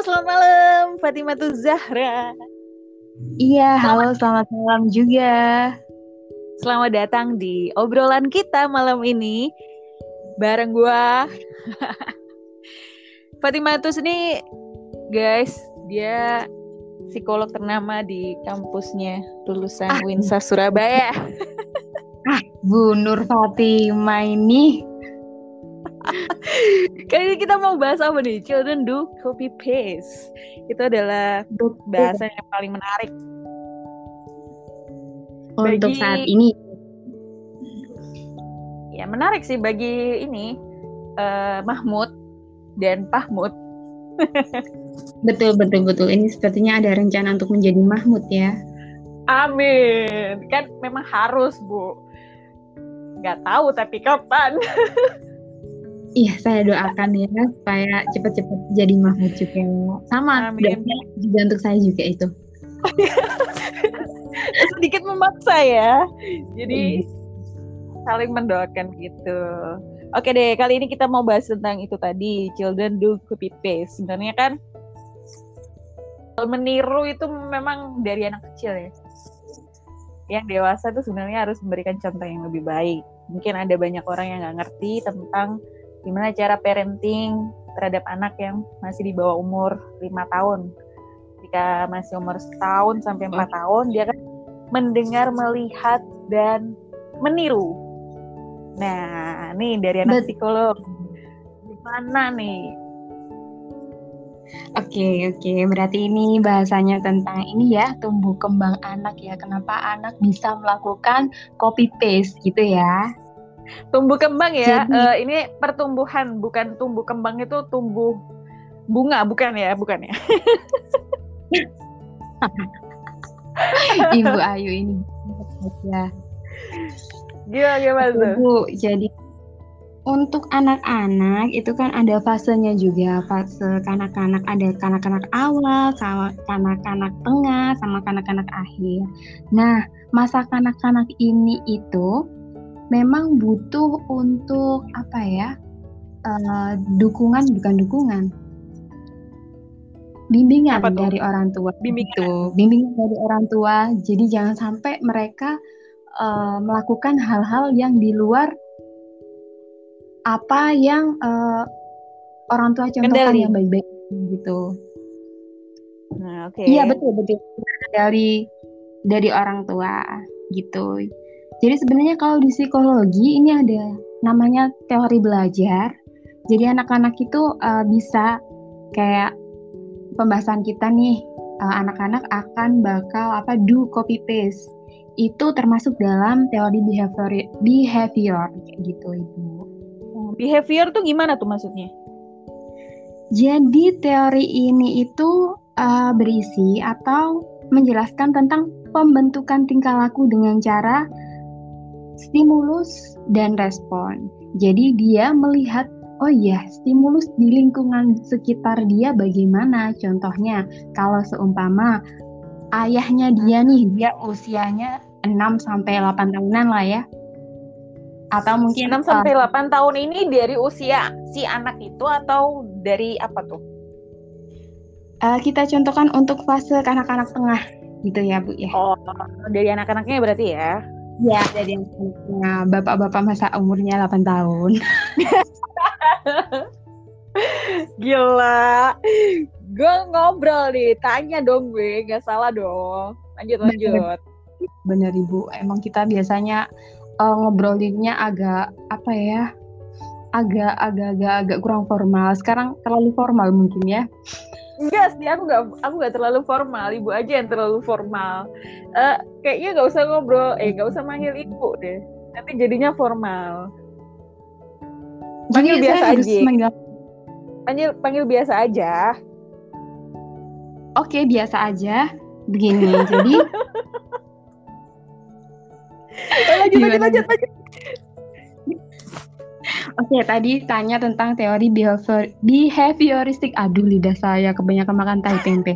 selamat malam Fatimah Zahra. Iya, halo, selamat malam juga. Selamat datang di obrolan kita malam ini bareng gua. Fatimah ini, guys, dia psikolog ternama di kampusnya lulusan Winsa Surabaya. Bu Nur Fatimah ini. Kali ini kita mau bahas apa nih? Children do copy paste. Itu adalah bahasan yang paling menarik untuk saat ini. Ya menarik sih bagi ini Mahmud dan Pahmud. Betul. Ini sepertinya ada rencana untuk menjadi Mahmud ya. Amin. Kan memang harus, Bu. Nggak tahu tapi kapan. Iya, saya doakan ya supaya cepat-cepat jadi Mahmud juga. Sama, juga untuk saya juga itu. Sedikit memaksa ya. Jadi saling mendoakan gitu. Oke deh, kali ini kita mau bahas tentang itu tadi, children do copy paste. Sebenarnya kan meniru itu memang dari anak kecil ya. Yang dewasa tuh sebenarnya harus memberikan contoh yang lebih baik. Mungkin ada banyak orang yang nggak ngerti tentang gimana cara parenting terhadap anak yang masih di bawah umur 5 tahun. Jika masih umur 1 tahun sampai 4 tahun, dia kan mendengar, melihat, dan meniru. Nah, nih dari anak psikolog. Gimana nih? Oke. Berarti ini bahasanya tentang ini ya, tumbuh kembang anak ya. Kenapa anak bisa melakukan copy paste gitu ya? Tumbuh kembang ya. Jadi, ini pertumbuhan, bukan tumbuh kembang itu tumbuh bunga, bukan ya? Ibu Ayu ini ya. Gimana tuh? Bu, jadi untuk anak-anak itu kan ada fasenya juga, fase kanak-kanak, ada kanak-kanak awal, sama kanak-kanak tengah, sama kanak-kanak akhir. Nah, masa kanak-kanak ini itu memang butuh untuk apa ya? Bimbingan dari orang tua. Bimbingan dari orang tua. Jadi jangan sampai mereka melakukan hal-hal yang di luar apa yang orang tua contohkan yang baik-baik gitu. Nah, Iya betul dari orang tua gitu. Jadi sebenarnya kalau di psikologi ini ada namanya teori belajar. Jadi anak-anak itu bisa kayak pembahasan kita nih, anak-anak akan bakal do copy paste. Itu termasuk dalam teori behavior kayak gitu Ibu. Behavior tuh gimana tuh maksudnya? Jadi teori ini itu berisi atau menjelaskan tentang pembentukan tingkah laku dengan cara stimulus dan respon. Jadi dia melihat, oh iya, stimulus di lingkungan sekitar dia bagaimana. Contohnya, kalau seumpama ayahnya dia usianya 6-8 tahunan lah ya. Atau mungkin 6-8 tahun ini dari usia si anak itu atau dari apa tuh? Kita contohkan untuk fase anak-anak tengah gitu ya Bu ya. Oh, dari anak-anaknya berarti ya? Ya, dari anak-anaknya. Bapak-bapak masa umurnya 8 tahun. Gila. Gue ngobrol nih, tanya dong gue, gak salah dong. Lanjut. Bener Ibu, emang kita biasanya ngobrolinnya agak apa ya, agak kurang formal. Sekarang terlalu formal mungkin ya. Enggak sih, aku nggak terlalu formal. Ibu aja yang terlalu formal. Kayaknya nggak usah ngobrol, nggak usah manggil ibu deh. Nanti jadinya formal. Panggil biasa aja. Panggil biasa aja. Oke, biasa aja. Begini, jadi. Lanjut. Oke, tadi tanya tentang teori behavioristik. Aduh, lidah saya kebanyakan makan tahu tempe.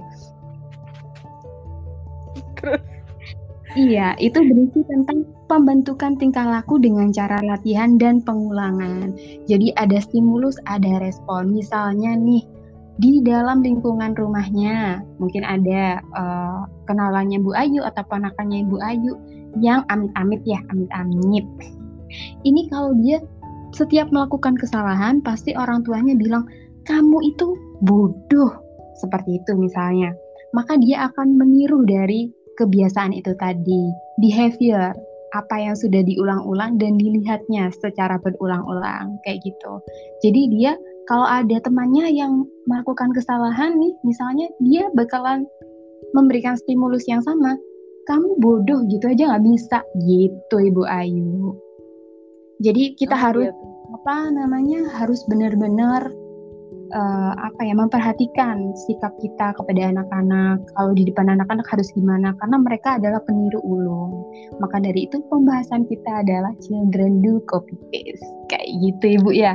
Iya, itu berisi tentang pembentukan tingkah laku dengan cara latihan dan pengulangan. Jadi ada stimulus, ada respon. Misalnya nih, di dalam lingkungan rumahnya mungkin ada kenalannya Bu Ayu atau ponakannya Ibu Ayu yang amit-amit ya, amit-amit. Ini kalau dia setiap melakukan kesalahan pasti orang tuanya bilang kamu itu bodoh, seperti itu misalnya. Maka dia akan meniru dari kebiasaan itu tadi, behavior apa yang sudah diulang-ulang dan dilihatnya secara berulang-ulang kayak gitu. Jadi dia kalau ada temannya yang melakukan kesalahan nih, misalnya dia bakalan memberikan stimulus yang sama. Kamu bodoh gitu aja nggak bisa gitu Ibu Ayu. Jadi kita harus gitu. harus benar-benar memperhatikan sikap kita kepada anak-anak. Kalau di depan anak-anak harus gimana? Karena mereka adalah peniru ulung. Maka dari itu pembahasan kita adalah children do copy paste. Kayak gitu Ibu ya.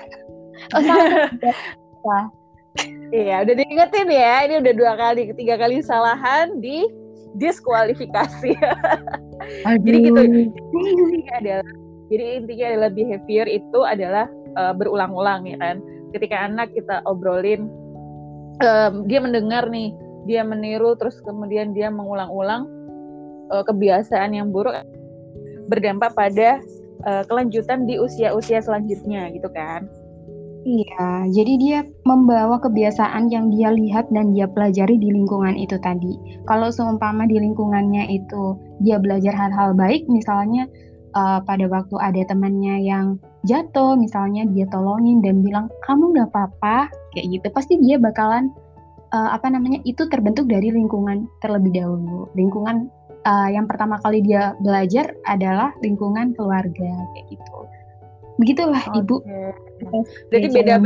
Iya, udah diingetin ya. Ini udah 3 kali kesalahan di diskualifikasi. Jadi gitu. Intinya adalah behavior itu adalah berulang-ulang ya kan. Ketika anak kita obrolin, dia mendengar nih, dia meniru, terus kemudian dia mengulang-ulang kebiasaan yang buruk, berdampak pada kelanjutan di usia-usia selanjutnya gitu kan. Iya, jadi dia membawa kebiasaan yang dia lihat dan dia pelajari di lingkungan itu tadi. Kalau seumpama di lingkungannya itu dia belajar hal-hal baik, misalnya pada waktu ada temannya yang jatuh, misalnya dia tolongin dan bilang kamu nggak apa-apa, kayak gitu, pasti dia bakalan itu terbentuk dari lingkungan terlebih dahulu. Lingkungan yang pertama kali dia belajar adalah lingkungan keluarga, kayak gitu. Begitulah Ibu. Jadi beda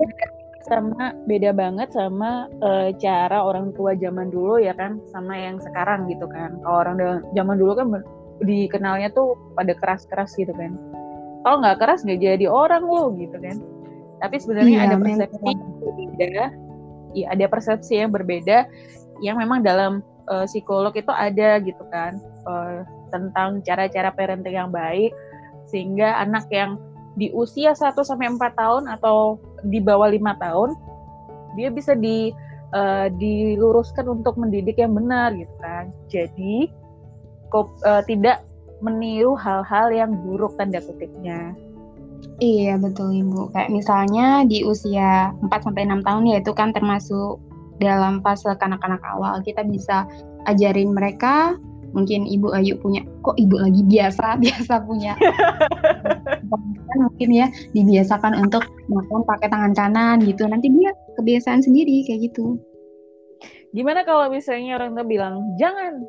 banget sama cara orang tua zaman dulu ya kan, sama yang sekarang gitu kan. Kalau orang zaman dulu kan dikenalnya tuh pada keras-keras gitu kan. Kalau nggak keras nggak jadi orang lo gitu kan. Tapi sebenarnya ada persepsi yang berbeda. Iya, ada persepsi yang berbeda yang memang dalam psikolog itu ada gitu kan, tentang cara-cara parenting yang baik sehingga anak yang di usia 1-4 tahun atau di bawah 5 tahun dia bisa diluruskan untuk mendidik yang benar gitu kan. Jadi tidak meniru hal-hal yang buruk tanda kutipnya. Iya betul Ibu. Kayak misalnya di usia 4-6 tahun ya itu kan termasuk dalam fase kanak-kanak awal. Kita bisa ajarin mereka, mungkin Ibu Ayu punya, kok Ibu lagi biasa punya mungkin ya dibiasakan untuk makan pakai tangan kanan gitu. Nanti dia kebiasaan sendiri kayak gitu. Gimana kalau misalnya orang tua bilang jangan.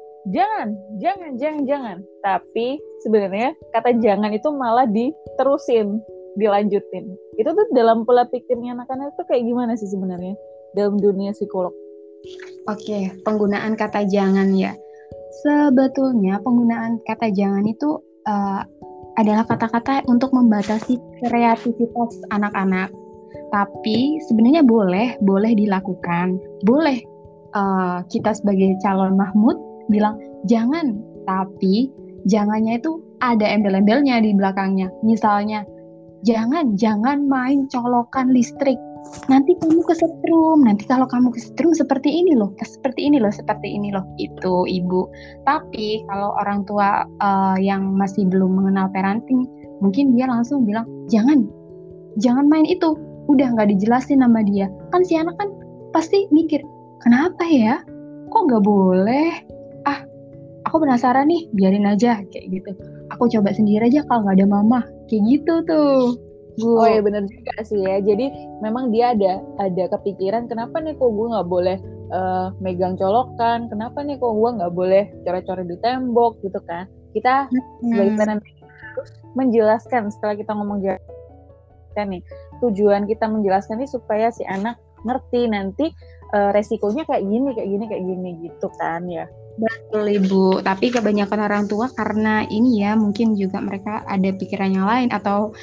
Tapi sebenarnya kata jangan itu malah diterusin, dilanjutin. Itu tuh dalam pola pikirnya anak-anak itu kayak gimana sih sebenarnya dalam dunia psikolog? Oke, penggunaan kata jangan ya. Sebetulnya penggunaan kata jangan itu adalah kata-kata untuk membatasi kreativitas anak-anak. Tapi sebenarnya boleh dilakukan. Boleh kita sebagai calon Mahmud bilang jangan, tapi jangannya itu ada embel-embelnya di belakangnya. Misalnya, jangan main colokan listrik. Nanti kamu kesetrum. Nanti kalau kamu kesetrum seperti ini loh. Itu Ibu. Tapi kalau orang tua yang masih belum mengenal parenting, mungkin dia langsung bilang, jangan main itu. Udah nggak dijelasin sama dia. Kan si anak kan pasti mikir, kenapa ya? Kok nggak boleh? Aku penasaran nih, biarin aja kayak gitu. Aku coba sendiri aja kalau nggak ada mama. Kayak gitu tuh. Bu. Oh ya benar juga sih ya. Jadi memang dia ada kepikiran kenapa nih kok gue nggak boleh megang colokan, kenapa nih kok gue nggak boleh coret-coret di tembok gitu kan. Kita sebagai parenting harus menjelaskan setelah kita ngomong kan nih. Tujuan kita menjelaskan ini supaya si anak ngerti nanti resikonya kayak gini gitu kan ya. Betul Ibu, tapi kebanyakan orang tua karena ini ya mungkin juga mereka ada pikiran yang lain atau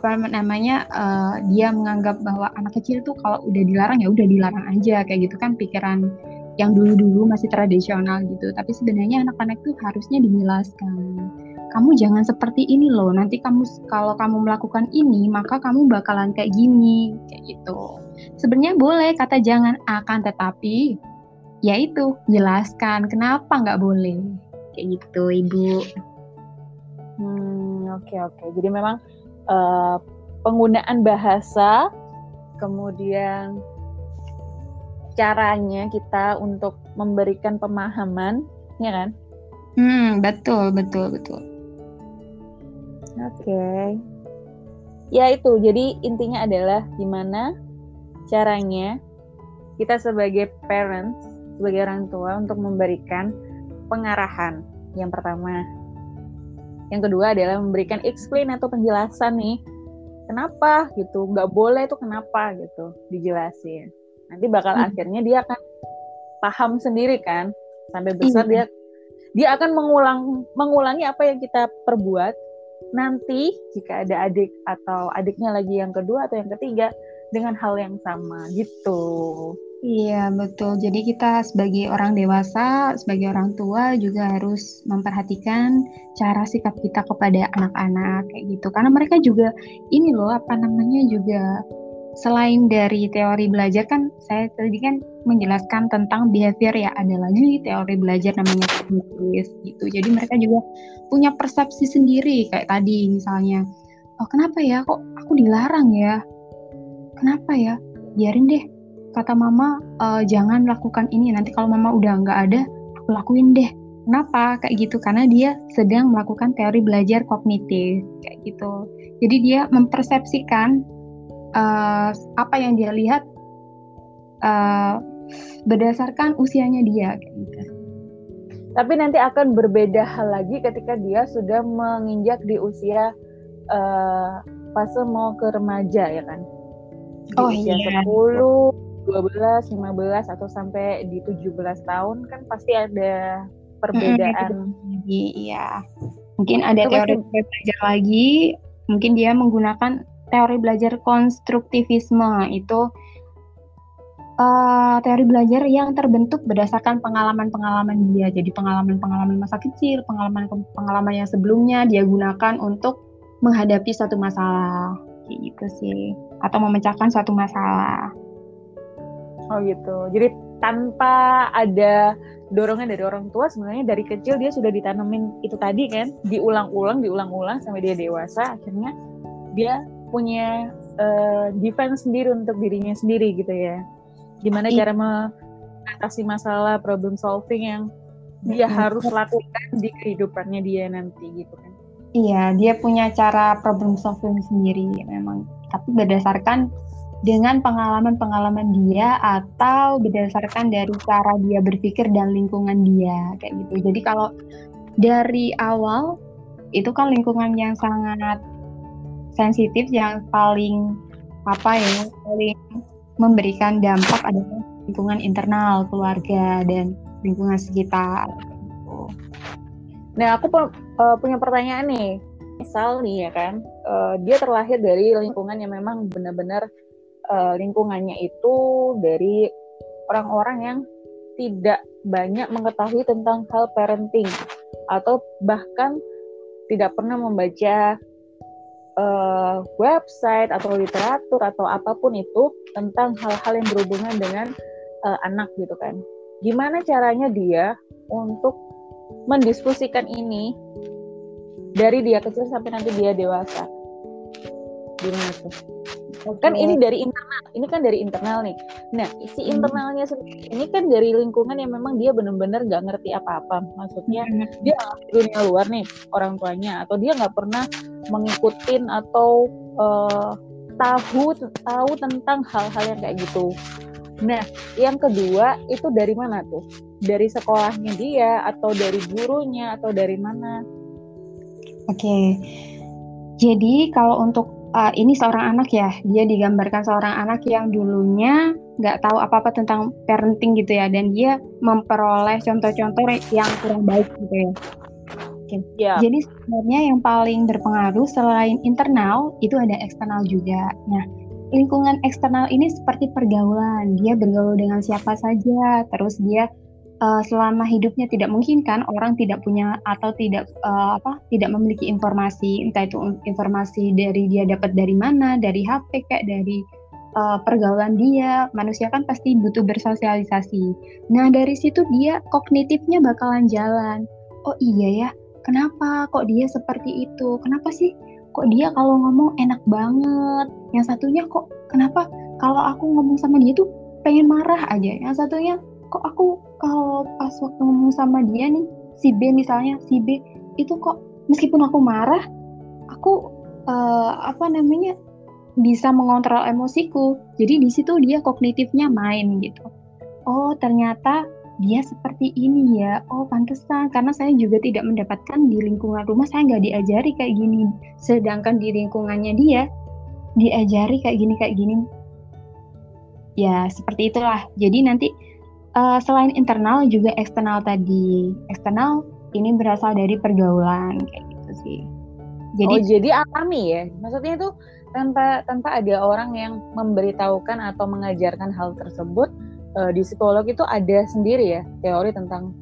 dia menganggap bahwa anak kecil tuh kalau udah dilarang ya udah dilarang aja kayak gitu kan, pikiran yang dulu-dulu masih tradisional gitu. Tapi sebenarnya anak-anak tuh harusnya dijelaskan kamu jangan seperti ini loh, nanti kalau kamu melakukan ini maka kamu bakalan kayak gini, kayak gitu. Sebenarnya boleh kata jangan, akan tetapi yaitu jelaskan kenapa nggak boleh, kayak gitu Ibu. Oke. Jadi memang penggunaan bahasa, kemudian caranya kita untuk memberikan pemahaman, ya kan? Betul. Oke. Ya itu, jadi intinya adalah gimana caranya kita sebagai parents, sebagai orang tua untuk memberikan pengarahan yang pertama. Yang kedua adalah memberikan explain atau penjelasan nih, kenapa gitu, nggak boleh itu kenapa gitu, dijelasin. Nanti bakal akhirnya dia akan paham sendiri kan, sampai besar dia akan mengulangi apa yang kita perbuat. Nanti jika ada adik atau adiknya lagi yang kedua atau yang ketiga dengan hal yang sama gitu. Iya, betul. Jadi kita sebagai orang dewasa, sebagai orang tua juga harus memperhatikan cara sikap kita kepada anak-anak kayak gitu. Karena mereka juga ini loh, juga selain dari teori belajar kan saya tadi kan menjelaskan tentang behavior ya, ada lagi teori belajar namanya kognitif gitu. Jadi mereka juga punya persepsi sendiri kayak tadi misalnya, oh kenapa ya kok aku dilarang ya? Kenapa ya? Biarin deh, kata mama jangan lakukan ini, nanti kalau mama udah nggak ada aku lakuin deh. Kenapa kayak gitu? Karena dia sedang melakukan teori belajar kognitif kayak gitu. Jadi dia mempersepsikan apa yang dia lihat berdasarkan usianya dia kayak gitu. Tapi nanti akan berbeda hal lagi ketika dia sudah menginjak di usia fase mau ke remaja ya kan. Di usia 10, 12, 15 atau sampai di 17 tahun kan pasti ada perbedaan. Iya. Mungkin ada teori belajar lagi, mungkin dia menggunakan teori belajar konstruktivisme. Itu teori belajar yang terbentuk berdasarkan pengalaman-pengalaman dia. Jadi pengalaman-pengalaman masa kecil, pengalaman yang sebelumnya dia gunakan untuk menghadapi suatu masalah, kayak gitu sih, atau memecahkan suatu masalah. Oh gitu. Jadi tanpa ada dorongan dari orang tua, sebenarnya dari kecil dia sudah ditanemin itu tadi kan, diulang-ulang sampai dia dewasa, akhirnya dia punya defense sendiri untuk dirinya sendiri gitu ya. Gimana cara mengatasi masalah, problem solving yang dia harus lakukan di kehidupannya dia nanti gitu kan. Iya, dia punya cara problem solving sendiri memang, tapi berdasarkan dengan pengalaman-pengalaman dia atau berdasarkan dari cara dia berpikir dan lingkungan dia kayak gitu. Jadi kalau dari awal itu kan lingkungan yang sangat sensitif, yang paling paling memberikan dampak adalah lingkungan internal, keluarga dan lingkungan sekitar. Nah, aku punya pertanyaan nih. Misal nih ya kan, dia terlahir dari lingkungan yang memang benar-benar lingkungannya itu dari orang-orang yang tidak banyak mengetahui tentang hal parenting atau bahkan tidak pernah membaca website atau literatur atau apapun itu tentang hal-hal yang berhubungan dengan anak gitu kan. Gimana caranya dia untuk mendiskusikan ini dari dia kecil sampai nanti dia dewasa? Gimana tuh? Kan ini dari internal, ini kan dari internal nih. Nah, si internalnya sendiri ini kan dari lingkungan yang memang dia benar-benar nggak ngerti apa-apa. Maksudnya dia nggak ngerti dunia luar nih orang tuanya, atau dia nggak pernah mengikutin atau tahu tentang hal-hal yang kayak gitu. Nah, yang kedua itu dari mana tuh? Dari sekolahnya dia atau dari gurunya atau dari mana? Oke. Jadi kalau untuk ini seorang anak ya, dia digambarkan seorang anak yang dulunya nggak tahu apa-apa tentang parenting gitu ya, dan dia memperoleh contoh-contoh yang kurang baik gitu ya. Okay. Yeah. Jadi sebenarnya yang paling berpengaruh selain internal itu ada eksternal juga. Nah, lingkungan eksternal ini seperti pergaulan, dia bergaul dengan siapa saja, terus dia selama hidupnya tidak mungkin kan orang tidak punya atau tidak memiliki informasi, entah itu informasi dari dia dapat dari mana, dari HP kayak dari pergaulan dia. Manusia kan pasti butuh bersosialisasi. Nah dari situ dia kognitifnya bakalan jalan. Oh iya ya, kenapa kok dia seperti itu? Kenapa sih kok dia kalau ngomong enak banget? Yang satunya kok kenapa kalau aku ngomong sama dia tuh pengen marah aja? Yang satunya kok aku kalau pas waktu ngomong sama dia nih, si B misalnya, si B itu kok meskipun aku marah, aku apa namanya bisa mengontrol emosiku. Jadi di situ dia kognitifnya main gitu. Oh, ternyata dia seperti ini ya. Oh, pantesan. Karena saya juga tidak mendapatkan di lingkungan rumah, saya nggak diajari kayak gini. Sedangkan di lingkungannya dia, diajari kayak gini. Ya, seperti itulah. Jadi nanti selain internal juga eksternal tadi. Eksternal ini berasal dari pergaulan kayak gitu sih. Jadi alami ya. Maksudnya itu tanpa ada orang yang memberitahukan atau mengajarkan hal tersebut, di psikolog itu ada sendiri ya teori tentang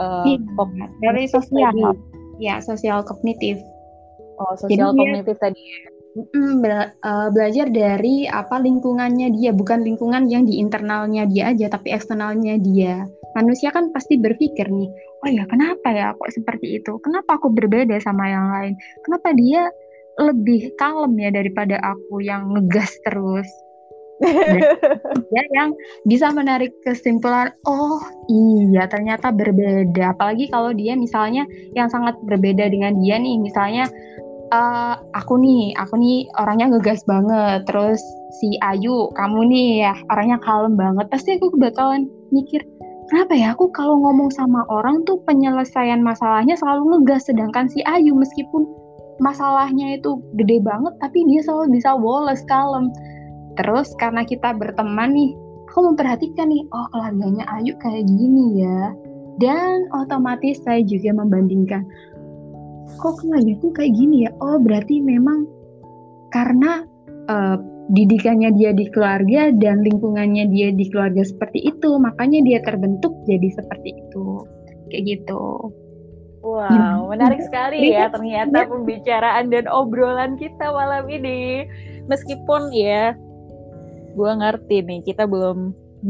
teori sosial. Ya, sosial kognitif. Oh, sosial kognitif tadi ya. Belajar dari apa lingkungannya dia, bukan lingkungan yang di internalnya dia aja, tapi eksternalnya dia. Manusia kan pasti berpikir nih, oh ya kenapa ya kok seperti itu? Kenapa aku berbeda sama yang lain? Kenapa dia lebih kalem ya daripada aku yang ngegas terus? Dan dia yang bisa menarik kesimpulan, oh iya ternyata berbeda. Apalagi kalau dia misalnya yang sangat berbeda dengan dia nih, misalnya aku nih orangnya ngegas banget. Terus si Ayu, kamu nih ya orangnya kalem banget. Pasti aku bakalan mikir, kenapa ya aku kalau ngomong sama orang tuh penyelesaian masalahnya selalu ngegas. Sedangkan si Ayu meskipun masalahnya itu gede banget, tapi dia selalu bisa woles, kalem. Terus karena kita berteman nih, aku memperhatikan nih, oh keluarganya Ayu kayak gini ya. Dan otomatis saya juga membandingkan, kok keluargaku kayak gini ya? Oh, berarti memang karena didikannya dia di keluarga dan lingkungannya dia di keluarga seperti itu, makanya dia terbentuk jadi seperti itu. Kayak gitu. Wow, menarik sekali ya ternyata pembicaraan dan obrolan kita malam ini. Meskipun ya, gue ngerti nih, kita belum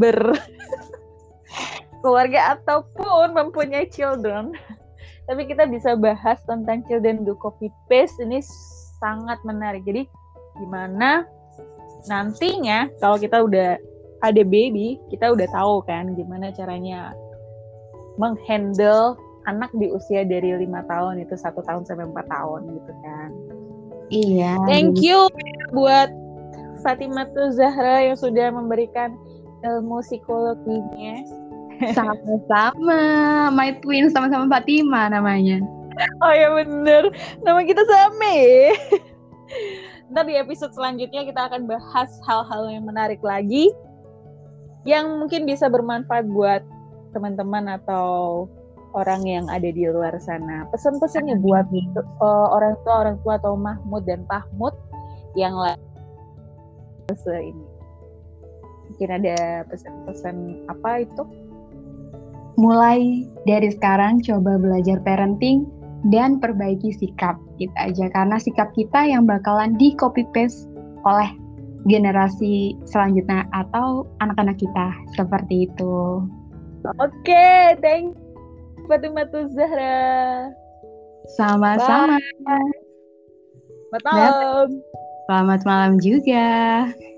berkeluarga ataupun mempunyai children. Tapi kita bisa bahas tentang children do copy paste, ini sangat menarik. Jadi gimana nantinya kalau kita udah ada baby, kita udah tahu kan gimana caranya menghandle anak di usia dari 5 tahun itu 1 tahun sampai 4 tahun gitu kan. Iya. Thank you buat Fatimah Zahra yang sudah memberikan ilmu psikologinya. Sama-sama, my twin sama-sama Fatimah namanya. Oh ya bener, nama kita sama ya. Ntar di episode selanjutnya kita akan bahas hal-hal yang menarik lagi yang mungkin bisa bermanfaat buat teman-teman atau orang yang ada di luar sana. Pesan-pesannya buat orang tua atau Mahmud dan Pahmud yang ini. Mungkin ada pesan-pesan apa itu? Mulai dari sekarang coba belajar parenting dan perbaiki sikap kita aja, karena sikap kita yang bakalan di copy paste oleh generasi selanjutnya atau anak-anak kita, seperti itu. Oke, thank you Fatimah Zahra. Sama-sama. Selamat malam. Selamat malam juga.